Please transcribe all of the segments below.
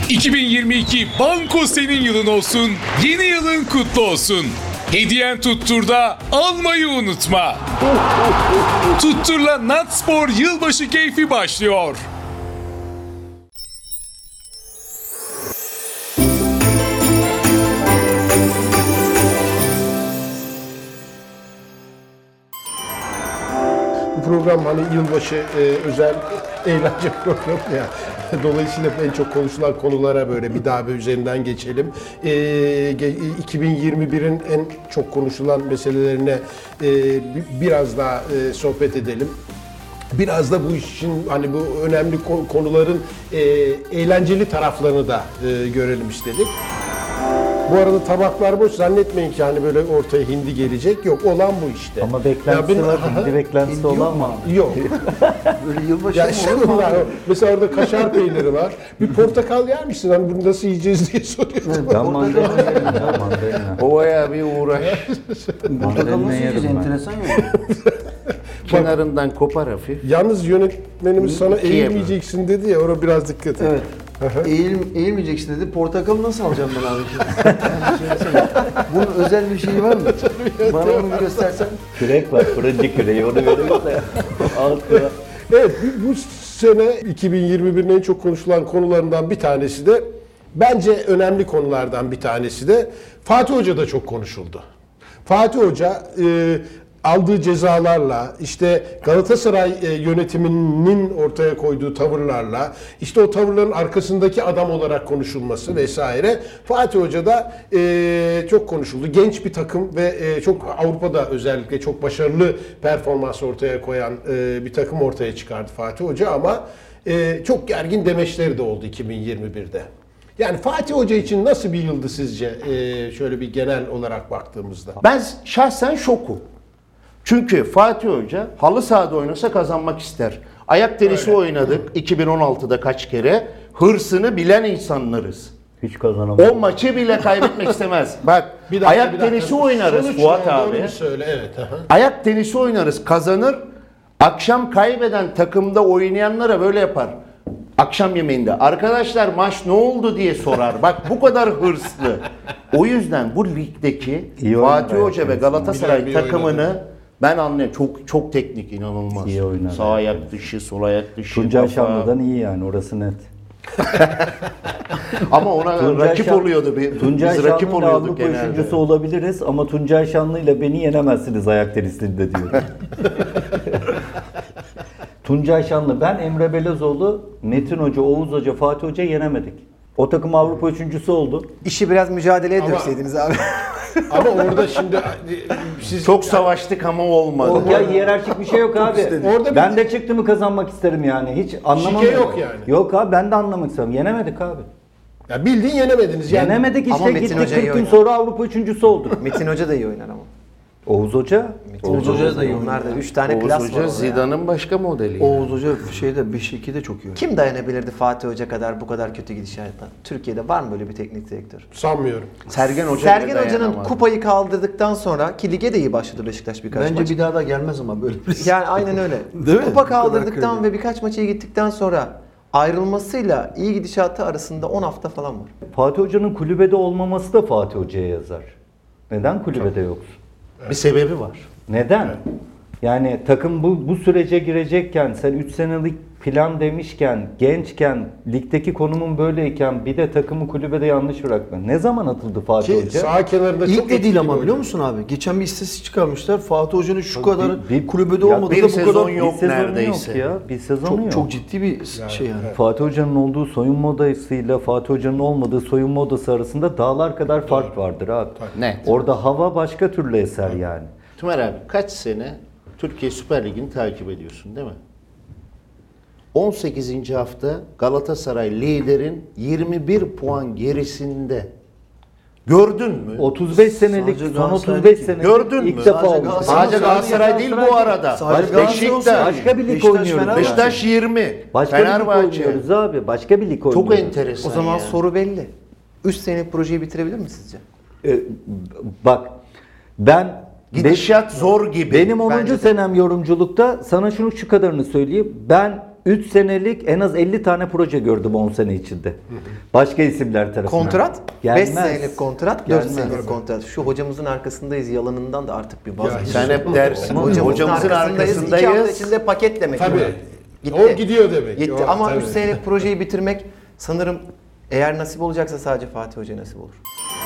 2022 banko senin yılın olsun, yeni yılın kutlu olsun. Hediyen Tuttur'da almayı unutma. Tuttur'la Natspor yılbaşı keyfi başlıyor. Bu program hani yılbaşı özel eğlence programı ya. Dolayısıyla en çok konuşulan konulara böyle bir daha bir üzerinden geçelim. 2021'in en çok konuşulan meselelerine biraz daha sohbet edelim. Biraz da bu işin hani bu önemli konuların eğlenceli taraflarını da görelim istedik. Bu arada tabaklar boş, zannetmeyin ki hani böyle ortaya hindi gelecek. Yok, olan bu işte. Ama beklentisi var. Hindi beklentisi olan var. Yok. Böyle yılbaşı Ya mı işte olur mu? bunlar, mesela orada kaşar peyniri var. Bir portakal yer misin? Hani bunu nasıl yiyeceğiz diye soruyorsun. Ben mandalina yerim ya, mandalina. O bayağı bir uğraş. Portakal Mandalina nasıl yiyeceğiz? yerim ben. Enteresan ya. Kenarından kopar hafif. Yalnız yönetmenimiz sana İkiye böl. eğilmeyeceksin dedi ya, ona biraz dikkat et. Evet. Eğilmeyeceksin dedi. Portakalı nasıl alacağım ben abi? Bunun özel bir şeyi var mı? Bana bunu bir göstersen. Kürek var, fırıncı küreği. Onu veriyoruz da. Altına. Evet, bu sene 2021'in en çok konuşulan konularından bir tanesi de, bence önemli konulardan bir tanesi de Fatih Hoca'da çok konuşuldu. Fatih Hoca aldığı cezalarla, işte Galatasaray yönetiminin ortaya koyduğu tavırlarla, işte o tavırların arkasındaki adam olarak konuşulması vesaire, Fatih Hoca'da çok konuşuldu. Genç bir takım ve çok Avrupa'da özellikle çok başarılı performans ortaya koyan bir takım ortaya çıkardı Fatih Hoca, ama çok gergin demeçleri de oldu 2021'de. Yani Fatih Hoca için nasıl bir yıldı sizce, şöyle bir genel olarak baktığımızda? Ben şahsen şokum. Çünkü Fatih Hoca halı sahada oynasa kazanmak ister. Ayak tenisi oynadık 2016'da kaç kere. Hırsını bilen insanlarız. Hiç kazanamadım. O maçı bile kaybetmek istemez. Bak, Bir dakika, ayak bir dakika. tenisi oynarız Sonuç Fuat ne olduğunu abi. bir söyle, evet. Aha. Ayak tenisi oynarız, kazanır. Akşam kaybeden takımda oynayanlara böyle yapar. Akşam yemeğinde arkadaşlar maç ne oldu diye sorar. Bak, bu kadar hırslı. O yüzden bu ligdeki İyi Fatih oynar Hoca ve ayak Galatasaray Bilen bir takımını ben anlıyorum. Çok teknik, inanılmaz. İyi oynar Sağ ayak dışı, sol ayak dışı. Tuncay kafa. Şanlı'dan iyi yani, orası net. Ama ona Tuncay rakip Şan- oluyordu. Tuncay Biz rakip Şanlı'yla oluyorduk Avrupa genelde. üçüncüsü olabiliriz ama Tuncay Şanlı'yla beni yenemezsiniz ayak tenisinde diyor. Tuncay Şanlı, ben Emre Belezoğlu, Metin Hoca, Oğuz Hoca, Fatih Hoca yenemedik. O takım Avrupa üçüncüsü oldu. İşi biraz mücadeleye dökseydiniz abi. Ama orada şimdi siz Çok savaştık ama olmadı. Yok ya, hiyerarşik bir şey yok abi. Orada Ben de çıktığımı kazanmak isterim yani. Hiç anlamam. Şike yok yani. Yok abi, ben de anlamak istiyorum. Yenemedik abi. ya bildiğin yenemediniz yani. Yenemedik Ama işte, Metin gittik Hoca iyi 40 gün oynar. sonra Avrupa üçüncüsü olduk. Metin Hoca da iyi oynar ama. Oğuz Hoca. Oğuz Hoca da iyi Onlar da 3 tane Oğuz klas var Hoca orada ya. Zidane'ın başka modeli. Oğuz Hoca şeyde 5-2'de çok iyi. Kim dayanabilirdi Fatih Hoca kadar bu kadar kötü gidişata? Türkiye'de var mı böyle bir teknik direktör? Sanmıyorum. Sergen Hoca Sergen bile Hoca'nın dayanamadı. kupayı kaldırdıktan sonra ki lige de iyi başladı Beşiktaş birkaç Bence maç. bir daha da gelmez ama böyle bir Yani aynen öyle. Değil mi? Kupa Bu kadar kaldırdıktan kredi. ve birkaç maça iyi gittikten sonra ayrılmasıyla iyi gidişatı arasında 10 hafta falan var. Fatih Hoca'nın kulübede olmaması da Fatih Hoca'ya yazar. Neden kulübede yoksun? Bir sebebi var. Neden? Yani takım bu sürece girecekken, sen 3 senelik plan demişken, gençken, ligdeki konumun böyleyken bir de takımı kulübede yanlış bırakma. Ne zaman atıldı Fatih Ki Hoca? sağ kenarında çok İlk de değil etkili ama bir biliyor oyuncu. musun abi? Geçen bir istatistik çıkarmışlar. Fatih Hoca'nın şu kadar bir- kulübede ya olmadığı bir da bu sezon kadar yok Bir sezonu neredeyse. yok ya. Bir sezonu çok, yok. çok ciddi bir şey yani. Fatih Hoca'nın olduğu soyunma odasıyla Fatih Hoca'nın olmadığı soyunma odası arasında dağlar kadar fark vardır abi. Net. Orada hava başka türlü eser yani. Tümer abi, kaç sene Türkiye Süper Ligi'ni takip ediyorsun değil mi? 18. hafta Galatasaray liderin 21 puan gerisinde. Gördün mü? 35 senelik, Sadece son Galatasaray 35 değil. senelik Gördün ilk mü? defa Sadece oldu. Galatasaray- Sadece Galatasaray değil bu arada. Sadece Galatasaray olsa- Beşiktaş, Başka bir lig Beşiktaş, oynuyoruz. Fenerbahçe. Beşiktaş 20, Başka bir lig Fenerbahçe. oynuyoruz abi. Başka bir lig oynuyoruz. Çok enteresan O zaman ya. soru belli. 3 senelik projeyi bitirebilir mi sizce? Bak ben Gidişat zor gibi. benim 10. Bence de. senem yorumculukta sana şu kadarını söyleyeyim. Ben 3 senelik en az 50 tane proje gördüm 10 sene içinde. Başka isimler tarafından. Kontrat, 5 Gelmez. senelik kontrat, 4 Gelmez. senelik kontrat. Şu hocamızın arkasındayız yalanından da artık bir vazgeç. Sen hep dersin. Hocamızın arkasındayız. 2 hafta arkasındayız. içinde paket demek. Tabii. Gitti. O gidiyor demek. Gitti O, ama tabii. 3 senelik projeyi bitirmek sanırım eğer nasip olacaksa sadece Fatih Hoca'ya nasip olur.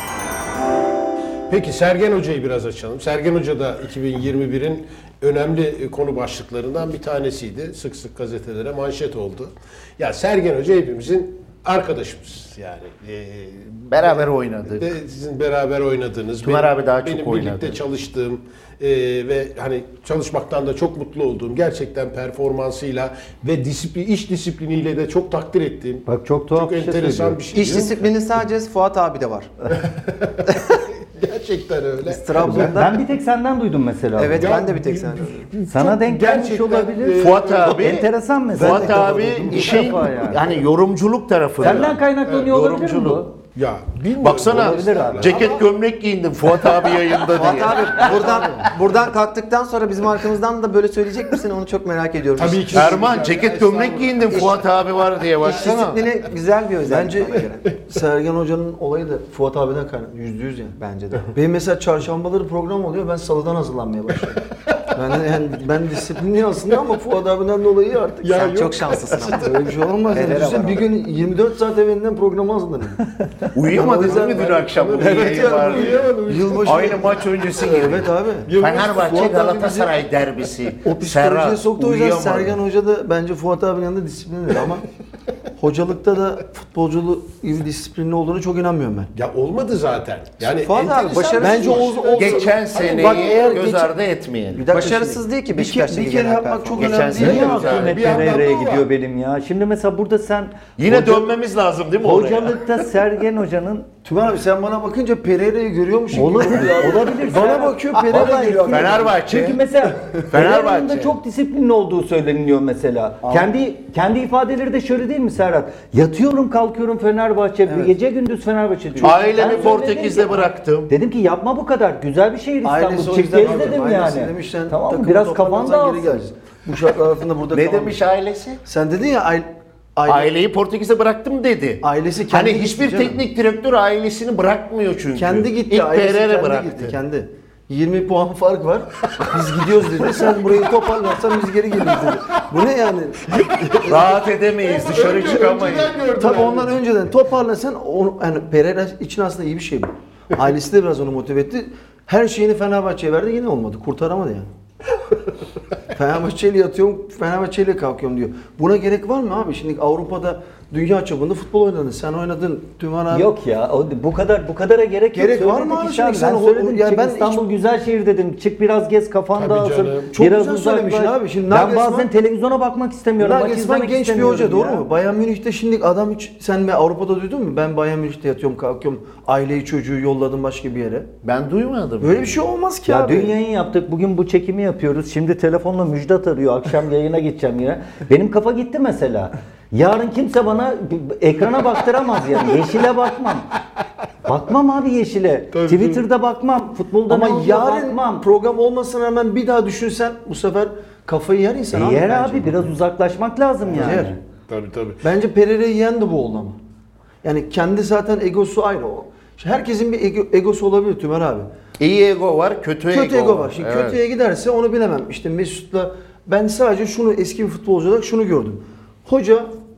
Peki Sergen Hoca'yı biraz açalım. Sergen Hoca da 2021'in önemli konu başlıklarından bir tanesiydi. Sık sık gazetelere manşet oldu. Ya Sergen Hoca hepimizin arkadaşımız yani. Beraber oynadık. De sizin beraber oynadığınız, Tümer abi daha çok benim oynadı. birlikte çalıştığım ve hani çalışmaktan da çok mutlu olduğum, gerçekten performansıyla ve iş disipliniyle de çok takdir ettiğim. Bak çok tuhaf bir şey enteresan söylüyor. bir şey. İş disiplini sadece Fuat abi de var. Gerçekten öyle. Trabzon'da. Ben bir tek senden duydum mesela. Evet Ya, ben de bir tek sen. Sana denk gelmiş gerçekten, olabilir. Fuat abi, Enteresan mesela. Fuat abi İlk işin defa yani. yani yorumculuk tarafı. Senden kaynaklanıyor olabilir mi bu? Ya bilmiyorum. Baksana Olabilir abi. ceket gömlek giyindim Fuat abi yayında Fuat diye. abi buradan kalktıktan sonra bizim arkamızdan da böyle söyleyecek misin onu çok merak ediyorum. Tabii ki. Erman ceket gömlek giyindim Fuat abi var diye İş baksana. disiplini güzel bir özellik. Bence bana göre. Sergen Hoca'nın olayı da Fuat abiden kaynaklı. %100 yani. Bence de. Benim mesela çarşambaları program oluyor. Ben salıdan hazırlanmaya başladım. Ben disiplinli aslında ama Fuat abiden dolayı artık. Ya Sen yok. çok şanslısın ama. Öyle bir şey olmaz. Yani. Helal Düşünsene, var bir gün 24 saat evvelinden programa hazırlanıyorum. Uyuyamadınız mı dün akşam? Bu Evet yayın var ya. diye. Yılbaşı. Aynı maç öncesi gibi. Evet abi. Fenerbahçe Fuat abi Galatasaray derbisi. O psikolojiye Serhat soktu o yüzden uyuyamadı. Sergen Hoca da bence Fuat abinin yanında disiplinlidir ama hocalıkta da futbolculuğu gibi disiplinli olduğunu çok inanmıyorum ben. Ya olmadı zaten. Yani Fuat abi, enteresan başarısız bir Bence şey. o Geçen seneyi Bak eğer göz geçen- ardı etmeyelim. Bir dakika Başarısız şimdi. değil ki Bir Beşiktaş'taki bir kere genel yapmak çok Geçen önemli sene değil Niye ya. göz ardı. aklım hep Bir yandan Pereira'ya da o var. gidiyor benim ya? Şimdi mesela burada sen Yine dönmemiz lazım değil mi oraya? hocalıkta Sergen Hoca'nın Tümer abi sen bana bakınca Pereira'yı görüyormuşsun gibi olabilir, oluyor abi. olabilir. Bana Serhat. bakıyor Pereira Vallahi geliyor. etkili. Fenerbahçe. Çünkü mesela Fenerbahçe. Pereira'nın da çok disiplinli olduğu söyleniyor mesela. Kendi ifadeleri de şöyle değil mi Serhat? Yatıyorum kalkıyorum Fenerbahçe, gece gündüz Fenerbahçe diyor. Ailemi Ben Portekiz'de söyledim ki, bıraktım. Dedim ki yapma bu kadar. Güzel bir şehir Ailesi İstanbul. o Çık yüzden gez aldım. dedim Ailesi yani. demiş sen Tamam mı? takımı Biraz kafan toparlarsan geri dağılsın. geleceğiz. Bu şartlar altında burada Ne kalamam. demiş ailesi? Sen dedin ya Aileyi Portekiz'e bıraktım dedi. Ailesi kendi Hani gitti hiçbir canım. teknik direktör ailesini bırakmıyor çünkü. kendi gitti. İlk Ailesi Pereira kendi bıraktı. gitti. Kendi. 20 puan fark var. Biz gidiyoruz dedi. Sen burayı toparlarsan biz geri geliriz dedi. Bu ne yani? Rahat edemeyiz, dışarı çıkamayız. Tabii ondan önceden toparlasan yani Pereira için aslında iyi bir şey bu. Ailesi de biraz onu motive etti. Her şeyini Fenerbahçe'ye verdi yine olmadı. Kurtaramadı yani. Fenerbahçe'yle yatıyorum, Fenerbahçe'yle kalkıyorum diyor. Buna gerek var mı abi? Şimdi Avrupa'da dünya çapında futbol oynadın. Sen oynadın. Tümer abi. Yok ya bu kadara gerek yok. Gerek var Söyledik mı abi? işte Şimdi sen ben o- söyledim. ya Çık ben İstanbul güzel şehir dedim. Çık biraz gez kafan Tabii dağılsın. canım. Çok Biraz güzel söylemişsin uzaklaş. abi. Şimdi ben Nagelsmann- bazen televizyona bakmak istemiyorum. Maç Nagelsmann izlemek genç bir istemiyorum hoca doğru ya. mu? Bayern Münih'te şimdi adam hiç sen Avrupa'da duydun mu? Ben Bayern Münih'te yatıyorum kalkıyorum. Aileyi çocuğu yolladım başka bir yere. Ben duymadım. Böyle bir şey olmaz ki Ya abi. dün yayın yaptık. Bugün bu çekimi yapıyoruz. Şimdi telefonla Müjdat arıyor. Akşam yayına geçeceğim yine. Benim kafa gitti mesela. Yarın kimse bana ekrana baktıramaz yani. Yeşile bakmam. Bakmam abi yeşile. Twitter'da bakmam. Futbolda ne Ama oluyor yarın bakmam. program olmasına rağmen bir daha düşünsen bu sefer kafayı yer insan abi. Yer bence. abi biraz uzaklaşmak lazım yani. Yer. Tabii. Bence Pereira'yı yiyen de bu oldu ama. Yani kendi zaten egosu ayrı o. Şimdi herkesin bir egosu olabilir Tümer abi. İyi ego var, kötü Ego var. Şimdi Evet. kötüye giderse onu bilemem. İşte Mesut'la ben sadece şunu eski bir futbolcu olarak şunu gördüm. Hoca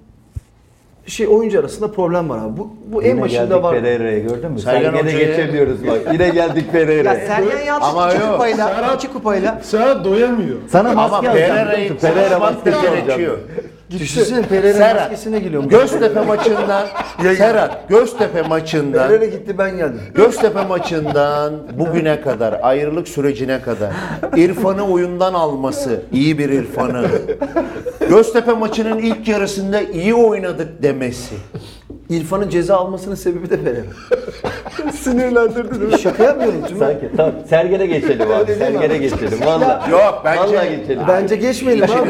oyuncu arasında problem var abi. Bu en Yine başında geldik var. Pereira'ya gördün mü? Sergen Sergen'e Hoca'ya- geçemiyoruz bak. Yine geldik Ya Pereira'ya. Sergen Yalçın Ama iki yok. kupayla, iki kupayla Serhat doyamıyor. Sana Ama maske alacağım. Pereira'yı Pereira konuşmak maskesi alacağım. gerekiyor. Düşünsene Pereira Serhat, maskesine geliyorum. Göztepe maçından, Serhat, Göztepe maçından, Pereira gitti ben geldim. Göztepe maçından bugüne kadar, ayrılık sürecine kadar İrfan'ı oyundan alması, iyi bir İrfan'ı, Göztepe maçının ilk yarısında iyi oynadık demesi. İrfan'ın ceza almasının sebebi de Pereira. Sinirlendirdi değil mi? Şaka yapmıyorum Tümer. Sanki tamam. Sergen'e geçelim abi. Öyle değil mi Sergen'e abi? geçelim. Vallahi. Yok, bence- Vallahi geçelim. Bence geçmeyelim abi.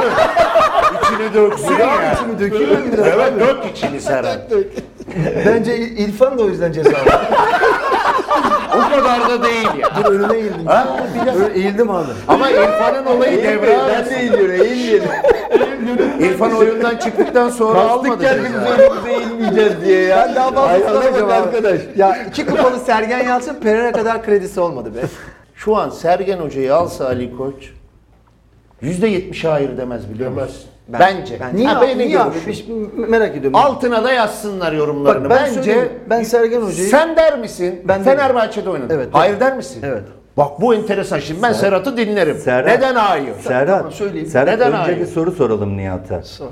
İçini döksün ya. İçimi dökeyim mi biraz? Evet, dök içini Serhat. Bence İrfan da o yüzden ceza aldı. O kadar da değil ya. Dur önüne eğildim. Ha, bir dakika. Öyle eğildim abi. Ama İrfan'ın olayı devre Ben arası. de eğiliyorum, eğilmeyelim. İrfan oyundan çıktıktan sonra almadı. Kendimize eğilmeyeceğiz diye ya. Ben daha Ay, fazla alacağım tutamadım abi. arkadaş. Ya 2 kupalı Sergen Yalçın Pereira kadar kredisi olmadı be. Şu an Sergen Hoca'yı alsa Ali Koç %70'e hayır demez biliyor musun? Bence. Niye Ha, abi? benim Niye abi? görüşüm. Merak ediyorum. Altına da yazsınlar yorumlarını. Bak, ben Bence söyleyeyim, ben Sergen Hoca'yı... sen der misin? Ben Fenerbahçe'de oynadın. Evet, Hayır der misin? Evet. Bak bu enteresan. Şimdi ben Serhat'ı dinlerim. Serhat. Neden hayır? Serhat, Tamam, söyleyeyim. Serhat Neden önce hayır? bir soru soralım Nihat'a. Sor.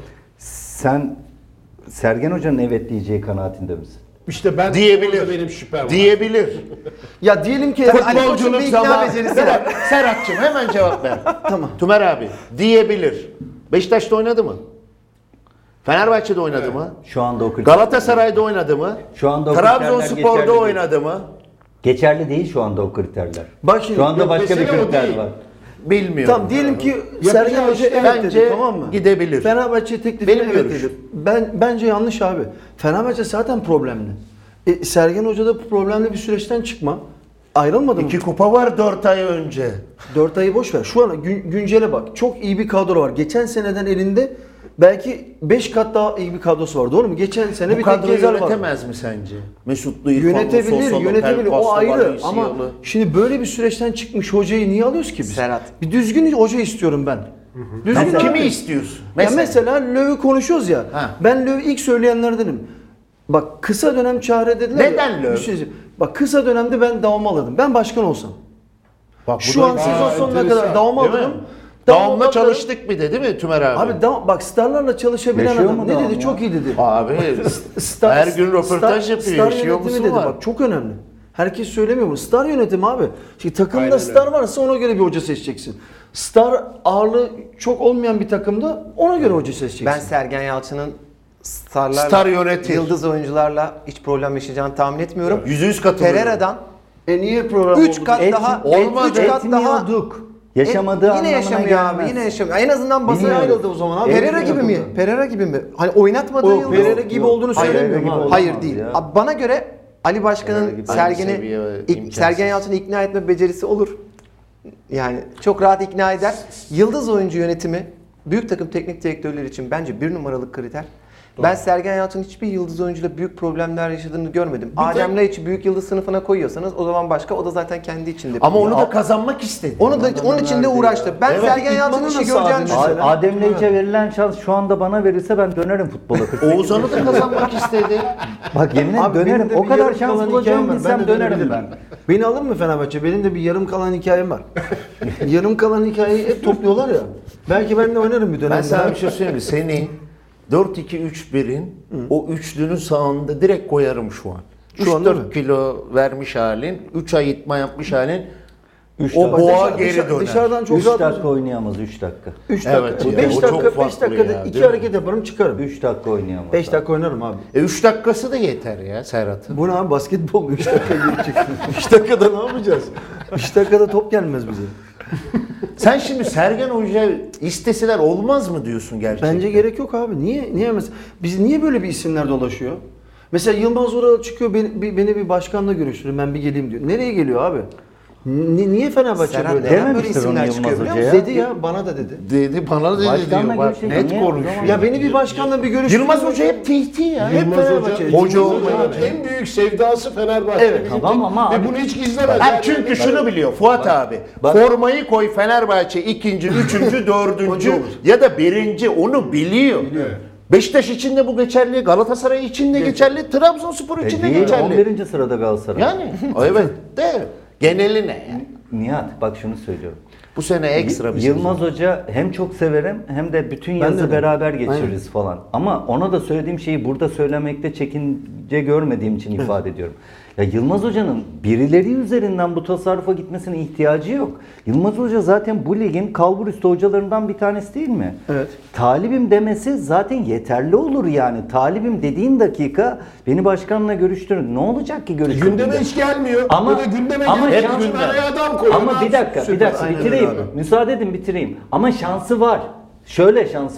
Sen Sergen Hoca'nın evet diyeceği kanaatinde misin? İşte ben Diyebilir. orada benim şüphem var. Diyebilir. Ya diyelim ki... Ali Koç'un bir Futbolculuk ikna zamanı. becerisi var. Serhat'cığım hemen cevap ver. Tamam. Tümer abi diyebilir. Beşiktaş'ta oynadı mı? Fenerbahçe'de oynadı mı? Şu anda o kriter. Galatasaray'da oynadı mı? Şu anda o kriterler Trabzonspor'da geçerli değil. oynadı mı? Geçerli değil şu anda o kriterler. Bak şimdi, Şu anda yok, başka bir mesele o kriter değil. var. Bilmiyorum. Tamam diyelim ki Yapacağı Sergen Hoca işte evet bence dedi, tamam mı? gidebilir. Fenerbahçe teklifine Benim evet görüşüm. dedi. Bence yanlış abi. Fenerbahçe zaten problemli. Sergen Hoca da problemli bir süreçten çıkma. Ayrılmadı mı? 2 kupa var 4 ay önce. 4 ayı boş ver. Şu an güncele bak. Çok iyi bir kadro var. Geçen seneden elinde belki 5 kat daha iyi bir kadrosu var. Doğru mu? Geçen sene Bu bir tek kadroyu Gezer var. yönetemez mi sence? Mesutlu, İrfanlı, Yönetebilir, Sosalı, yönetebilir. O Pelkaslı, ayrı. Valencialı. Ama şimdi böyle bir süreçten çıkmış hocayı niye alıyoruz ki biz? Serhat. Bir düzgün hoca istiyorum ben. Düzgün Sen abi. kimi istiyorsun? Ya mesela Löw'ü konuşuyoruz ya. Ha. Ben Löw'ü ilk söyleyenlerdenim. Bak kısa dönem çare dediler Neden ya. Löw? Bir şey diyeceğim. Bak kısa dönemde ben davamaladım. Ben başkan olsam. Bak, bu Şu da- an sezon sonuna enteresan. kadar davama Değil mi? alırım. Davamla çalıştık bir de değil mi Tümer abi? Abi bak starlarla çalışabilen Yaşıyor adam. mu Ne davam dedi? ya? Çok iyi dedi. Abi her gün röportaj yapıyor. Star Yaşıyor yönetimi musun dedi. var? Bak çok önemli. Herkes söylemiyor bunu. Star yönetimi abi. Şimdi takımda Aynen star öyle. varsa ona göre bir hoca seçeceksin. Star ağırlığı çok olmayan bir takımda ona göre hoca seçeceksin. Ben Sergen Yalçın'ın starlarla, Star yönetir. yıldız oyuncularla hiç problem yaşayacağını tahmin etmiyorum. %100 katılıyorum. Pereira'dan Niye program 3 oldu? kat Et- daha, olmadı. 3 kat daha Etmiyorduk. Yaşamadığı anlamına yine yaşamıyor gelmez. abi, yine yaşamıyor. En azından basın Bilmiyorum. ayrıldı o zaman abi. Pereira gibi mi? Etmiyor. Pereira gibi mi? Hani oynatmadığı O yıldız. Pereira gibi olduğunu Hayır, söylemiyor gibi abi. olmaz Hayır değil. ya. Abi bana göre Ali Pereira Başkan'ın gibi aynı seviye Sergen'i imkansız. Sergen Yalçın'ı ikna etme becerisi olur. Yani çok rahat ikna eder. Yıldız oyuncu yönetimi büyük takım teknik direktörleri için bence 1 numaralı kriter. Ben Sergen Yalçın'ın hiçbir yıldız oyuncuyla büyük problemler yaşadığını görmedim. Adem Laiç'i büyük yıldız sınıfına koyuyorsanız o zaman başka, o da zaten kendi içinde. Ama onu da kazanmak istedi. onun için de uğraştı. Ben Evet, Sergen Yalçın'ın İdman'ı işi nasıl göreceğini abi düşünüyorum. mesela? Adem Laiç'e verilen şans şu anda bana verirse ben dönerim futbola. 48 Oğuzhan'ı da kazanmak istedi. Bak yemin ederim Abi benim dönerim. de O bir kadar yarım şans kalan bulacağımı hikayem var. bilsem Ben de dönerim dönebilirim. ben. Beni alır mı Fenerbahçe? Benim de bir yarım kalan hikayem var. Yarım kalan hikayeyi hep topluyorlar ya. Belki ben de oynarım bir dönem. Ben sana daha. bir şey söyleyeyim mi? Seni 4-2-3-1'in o üçlünün sağında direkt koyarım şu an. Şu an değil mi? 3-4 kilo vermiş halin, 3 ay itma yapmış halin, Üç o dakika. boğa Dışarı- geri döner. Dışarıdan çok 3 rahat. dakika oynayamaz 3 dakika. 3 Evet dakika. ya, 5 o çok dakika, 5 farklı dakikada ya, 2 değil mi? hareket yaparım çıkarım. 3 dakika oynayamaz. 5 dakika oynarım abi. 3 dakikası da yeter ya Serhat'ın. Bu ne abi, basketbol mu? 3 dakika gelecek. 3 dakikada ne yapacağız? 3 dakikada top gelmez bize. Sen şimdi Sergen Hoca isteseler olmaz mı diyorsun gerçekten? Bence gerek yok abi. Niye mesela biz niye böyle bir isimler dolaşıyor? Mesela Yılmaz Oral çıkıyor beni bir başkanla görüştürün, ben bir geleyim diyor. Nereye geliyor abi? Niye Fenerbahçe Serhat böyle? neden böyle Dememiştir onu isimler Yılmaz çıkıyor biliyor Hoca'ya. musun? Dedi ya, bana da dedi. Dedi bana dedi Başkanla diyor. Bak, görüşecek. net Niye? O konuşuyor. zaman- Ya beni bir başkanla bir görüştürün. Yılmaz Hoca hep tehti ya. Hep Yılmaz Fenerbahçe. Hoca, Hoca Yılmaz olmayan. Hoca'nın en büyük sevdası Fenerbahçe. Evet, Bizim tamam ama ve abi- bunu hiç gizlemez. Ha, Yani çünkü şunu biliyor Fuat abi. bak- Formayı koy Fenerbahçe ikinci, üçüncü, dördüncü Hoca olur. ya da birinci onu biliyor. Beşiktaş için de bu geçerli, Galatasaray için de geçerli, Trabzonspor için de Değil, geçerli. 11. sırada Galatasaray. Yani evet de geneli ne yani? Nihat bak şunu söylüyorum. Bu sene ekstra bir Yılmaz sezon. Hoca hem çok severim hem de bütün yazı de. beraber geçiririz falan. Ama ona da söylediğim şeyi burada söylemekte çekince görmediğim için ifade ediyorum. Ya Yılmaz Hoca'nın birileri üzerinden bu tasarrufa gitmesine ihtiyacı yok. Yılmaz Hoca zaten bu ligin kalburüstü hocalarından bir tanesi değil mi? Evet. Talibim demesi zaten yeterli olur yani. Talibim dediğin dakika beni başkanla görüştürün. Ne olacak ki görüştürün? gündeme hiç gelmiyor. Ama Böyle gündeme ama gelip şans- bütün araya adam koyuyor. Ama bir dakika Süper, aynen bitireyim. öyle abi. Müsaade edin bitireyim. Ama şansı var. Şöyle şansı var.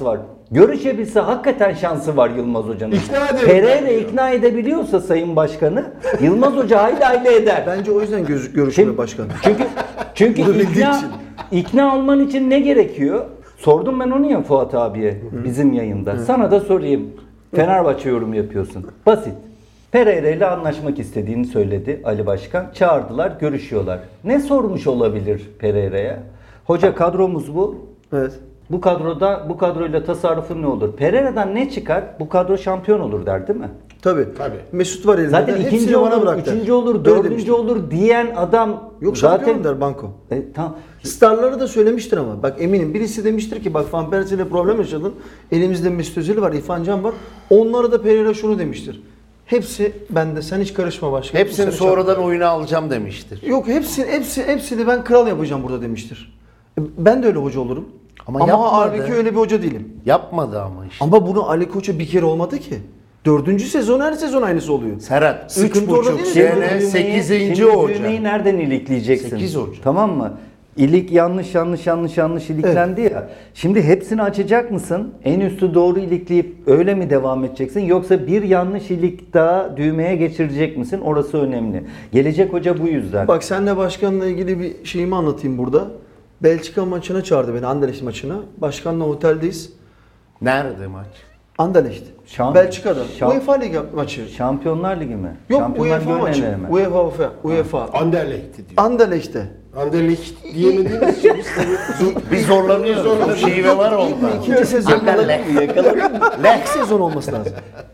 Görüşebilse hakikaten şansı var Yılmaz Hoca'nın. İkna ederim Pereira diyor. ikna edebiliyorsa Sayın Başkanı, Yılmaz Hoca hayli hayli eder. Bence o yüzden görüşmüyor başkan. Çünkü Bunu bildiği için. ikna olman için ne gerekiyor? Sordum ben onu ya Fuat abiye bizim yayında. Sana da sorayım. Fenerbahçe yorum yapıyorsun. Basit. Pereira ile anlaşmak istediğini söyledi Ali Başkan. Çağırdılar, görüşüyorlar. Ne sormuş olabilir Pereira'ya? Hoca kadromuz bu. Evet. Bu kadroyla tasarrufun ne olur? Pereira'dan ne çıkar? Bu kadro şampiyon olur der değil mi? Tabii. Mesut var elinde. Zaten Hepsini ikinci bana olur, bırak der. üçüncü olur, Öyle dördüncü demişti. olur diyen adam Yok zaten... şampiyon der banko. Tamam. Starları da söylemiştir ama. Bak eminim birisi demiştir ki bak Van Persie ile problem yaşadın. Elimizde Mesut Özil var, İrfan Can var. Onlara da Pereira şunu demiştir. Hepsi bende, sen hiç karışma başka. Hepsini sonradan oyuna alacağım demiştir. Yok hepsini ben kral yapacağım burada demiştir. Ben de öyle hoca olurum. Ama Ama yapmadı. halbuki öyle bir hoca değilim. Yapmadı ama işte. Ama bunu Ali Koç'a bir kere olmadı ki. 4. sezon her sezon aynısı oluyor. Serhat Sıkıntı orada 3,5 değil mi? sene Şimdi 8. şimdi hoca. düğmeyi nereden ilikleyeceksin? 8 hoca. Tamam mı? İlik yanlış iliklendi ya. Şimdi hepsini açacak mısın? En üstü doğru ilikleyip öyle mi devam edeceksin? Yoksa bir yanlış ilik daha düğmeye geçirecek misin? Orası önemli. Gelecek hoca bu yüzden. Bak senle başkanla ilgili bir şeyimi anlatayım burada. Belçika maçına çağırdı beni, Anderlecht maçına. Başkanla oteldeyiz. Nerede maç? Anderlecht. Şamp- Belçika'da. Şamp- UEFA Ligi maçı. Şampiyonlar Ligi mi? Yok Şampiyonlar UEFA Ligi'ne maçı. eleme. UEFA. Anderlecht'i diyor. Anderlecht'te. Anderlecht diyemediğimiz için biz tabii Bir zorlanıyoruz. O şive var orada. İkinci sezon Anderlecht. İlk sezon olması lazım.